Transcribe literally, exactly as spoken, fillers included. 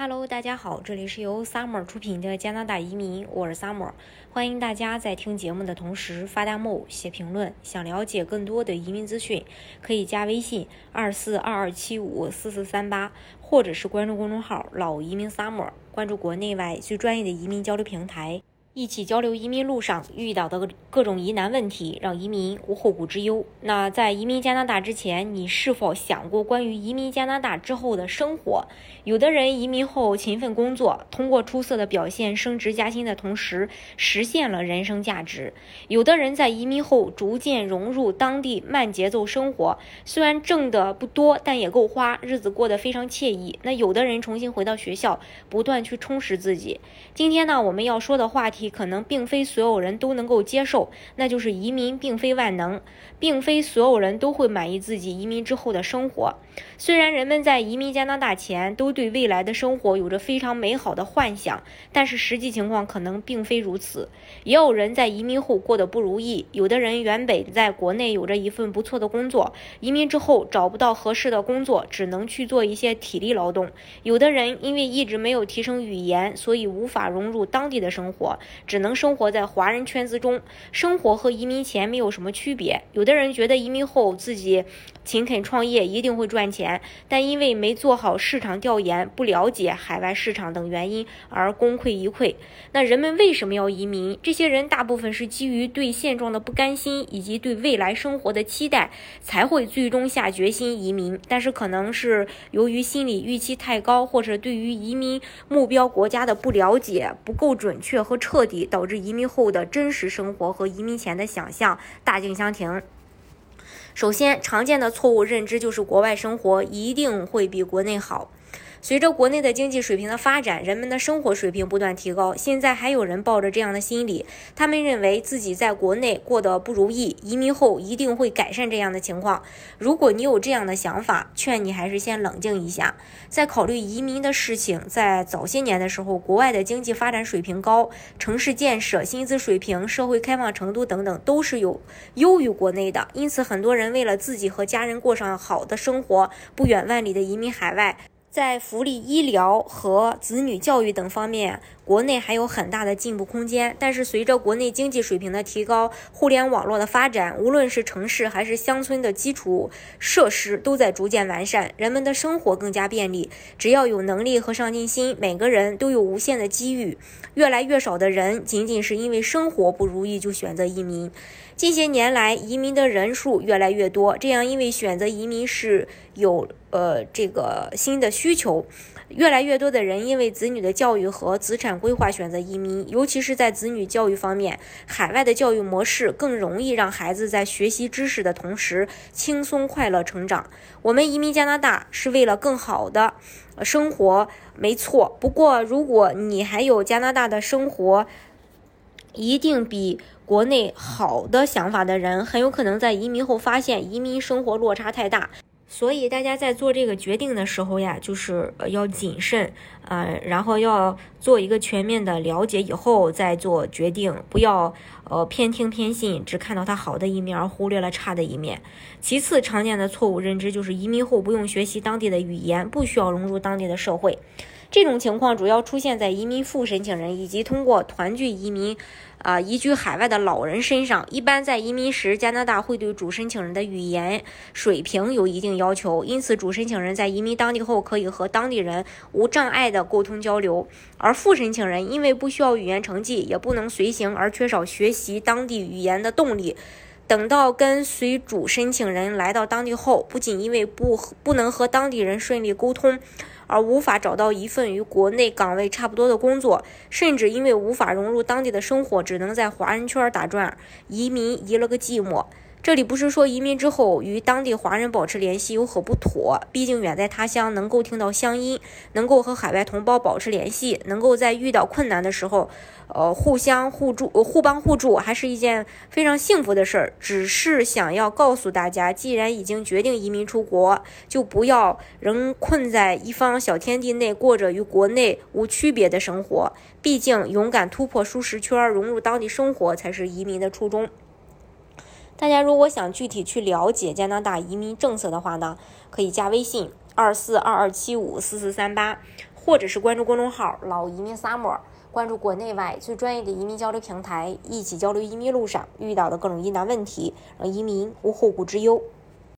Hello， 大家好，这里是由 Summer 出品的加拿大移民，我是 Summer， 欢迎大家在听节目的同时发弹幕、写评论。想了解更多的移民资讯，可以加微信二四二二七五四四三八，或者是关注公众号老移民 Summer， 关注国内外最专业的移民交流平台。一起交流移民路上遇到的各种疑难问题，让移民无后顾之忧。那在移民加拿大之前，你是否想过关于移民加拿大之后的生活？有的人移民后勤奋工作，通过出色的表现升职加薪的同时，实现了人生价值。有的人在移民后逐渐融入当地慢节奏生活，虽然挣的不多，但也够花，日子过得非常惬意。那有的人重新回到学校，不断去充实自己。今天呢，我们要说的话题可能并非所有人都能够接受，那就是移民并非万能，并非所有人都会满意自己移民之后的生活。虽然人们在移民加拿大前都对未来的生活有着非常美好的幻想，但是实际情况可能并非如此。也有人在移民后过得不如意，有的人原本在国内有着一份不错的工作，移民之后找不到合适的工作，只能去做一些体力劳动。有的人因为一直没有提升语言，所以无法融入当地的生活，只能生活在华人圈子中，生活和移民前没有什么区别。有的人觉得移民后自己勤恳创业一定会赚钱，但因为没做好市场调研，不了解海外市场等原因而功亏一篑。那人们为什么要移民？这些人大部分是基于对现状的不甘心，以及对未来生活的期待，才会最终下决心移民。但是可能是由于心理预期太高，或者对于移民目标国家的不了解不够准确和彻底，导致移民后的真实生活和移民前的想象大径相庭。首先，常见的错误认知就是国外生活一定会比国内好。随着国内的经济水平的发展，人们的生活水平不断提高。现在还有人抱着这样的心理，他们认为自己在国内过得不如意，移民后一定会改善这样的情况。如果你有这样的想法，劝你还是先冷静一下。在考虑移民的事情，在早些年的时候，国外的经济发展水平高，城市建设、薪资水平、社会开放程度等等都是有优于国内的。因此，很多人为了自己和家人过上好的生活，不远万里的移民海外。在福利、医疗和子女教育等方面，国内还有很大的进步空间。但是随着国内经济水平的提高，互联网络的发展，无论是城市还是乡村的基础设施都在逐渐完善，人们的生活更加便利。只要有能力和上进心，每个人都有无限的机遇。越来越少的人仅仅是因为生活不如意就选择移民。近些年来，移民的人数越来越多，这样因为选择移民是有呃这个新的需求，越来越多的人因为子女的教育和资产规划选择移民，尤其是在子女教育方面，海外的教育模式更容易让孩子在学习知识的同时轻松快乐成长。我们移民加拿大是为了更好的生活，没错。不过如果你还有加拿大的生活一定比国内好的想法的人，很有可能在移民后发现移民生活落差太大。所以大家在做这个决定的时候呀，就是要谨慎，呃，然后要做一个全面的了解以后再做决定，不要呃偏听偏信，只看到它好的一面而忽略了差的一面。其次，常见的错误认知就是移民后不用学习当地的语言，不需要融入当地的社会。这种情况主要出现在移民副申请人以及通过团聚移民啊、呃、移居海外的老人身上。一般在移民时，加拿大会对主申请人的语言水平有一定要求，因此主申请人在移民当地后可以和当地人无障碍的沟通交流。而副申请人因为不需要语言成绩，也不能随行，而缺少学习当地语言的动力。等到跟随主申请人来到当地后，不仅因为不不能和当地人顺利沟通，而无法找到一份与国内岗位差不多的工作，甚至因为无法融入当地的生活，只能在华人圈打转，移民移了个寂寞。这里不是说移民之后与当地华人保持联系有何不妥，毕竟远在他乡，能够听到乡音，能够和海外同胞保持联系，能够在遇到困难的时候呃，互相互助、互帮互助，还是一件非常幸福的事儿。只是想要告诉大家，既然已经决定移民出国，就不要仍困在一方小天地内，过着与国内无区别的生活。毕竟勇敢突破舒适圈，融入当地生活，才是移民的初衷。大家如果想具体去了解加拿大移民政策的话呢，可以加微信二四二二七五四四三八， 或者是关注公众号老移民 Summer， 关注国内外最专业的移民交流平台，一起交流移民路上遇到的各种疑难问题，让移民无后顾之忧。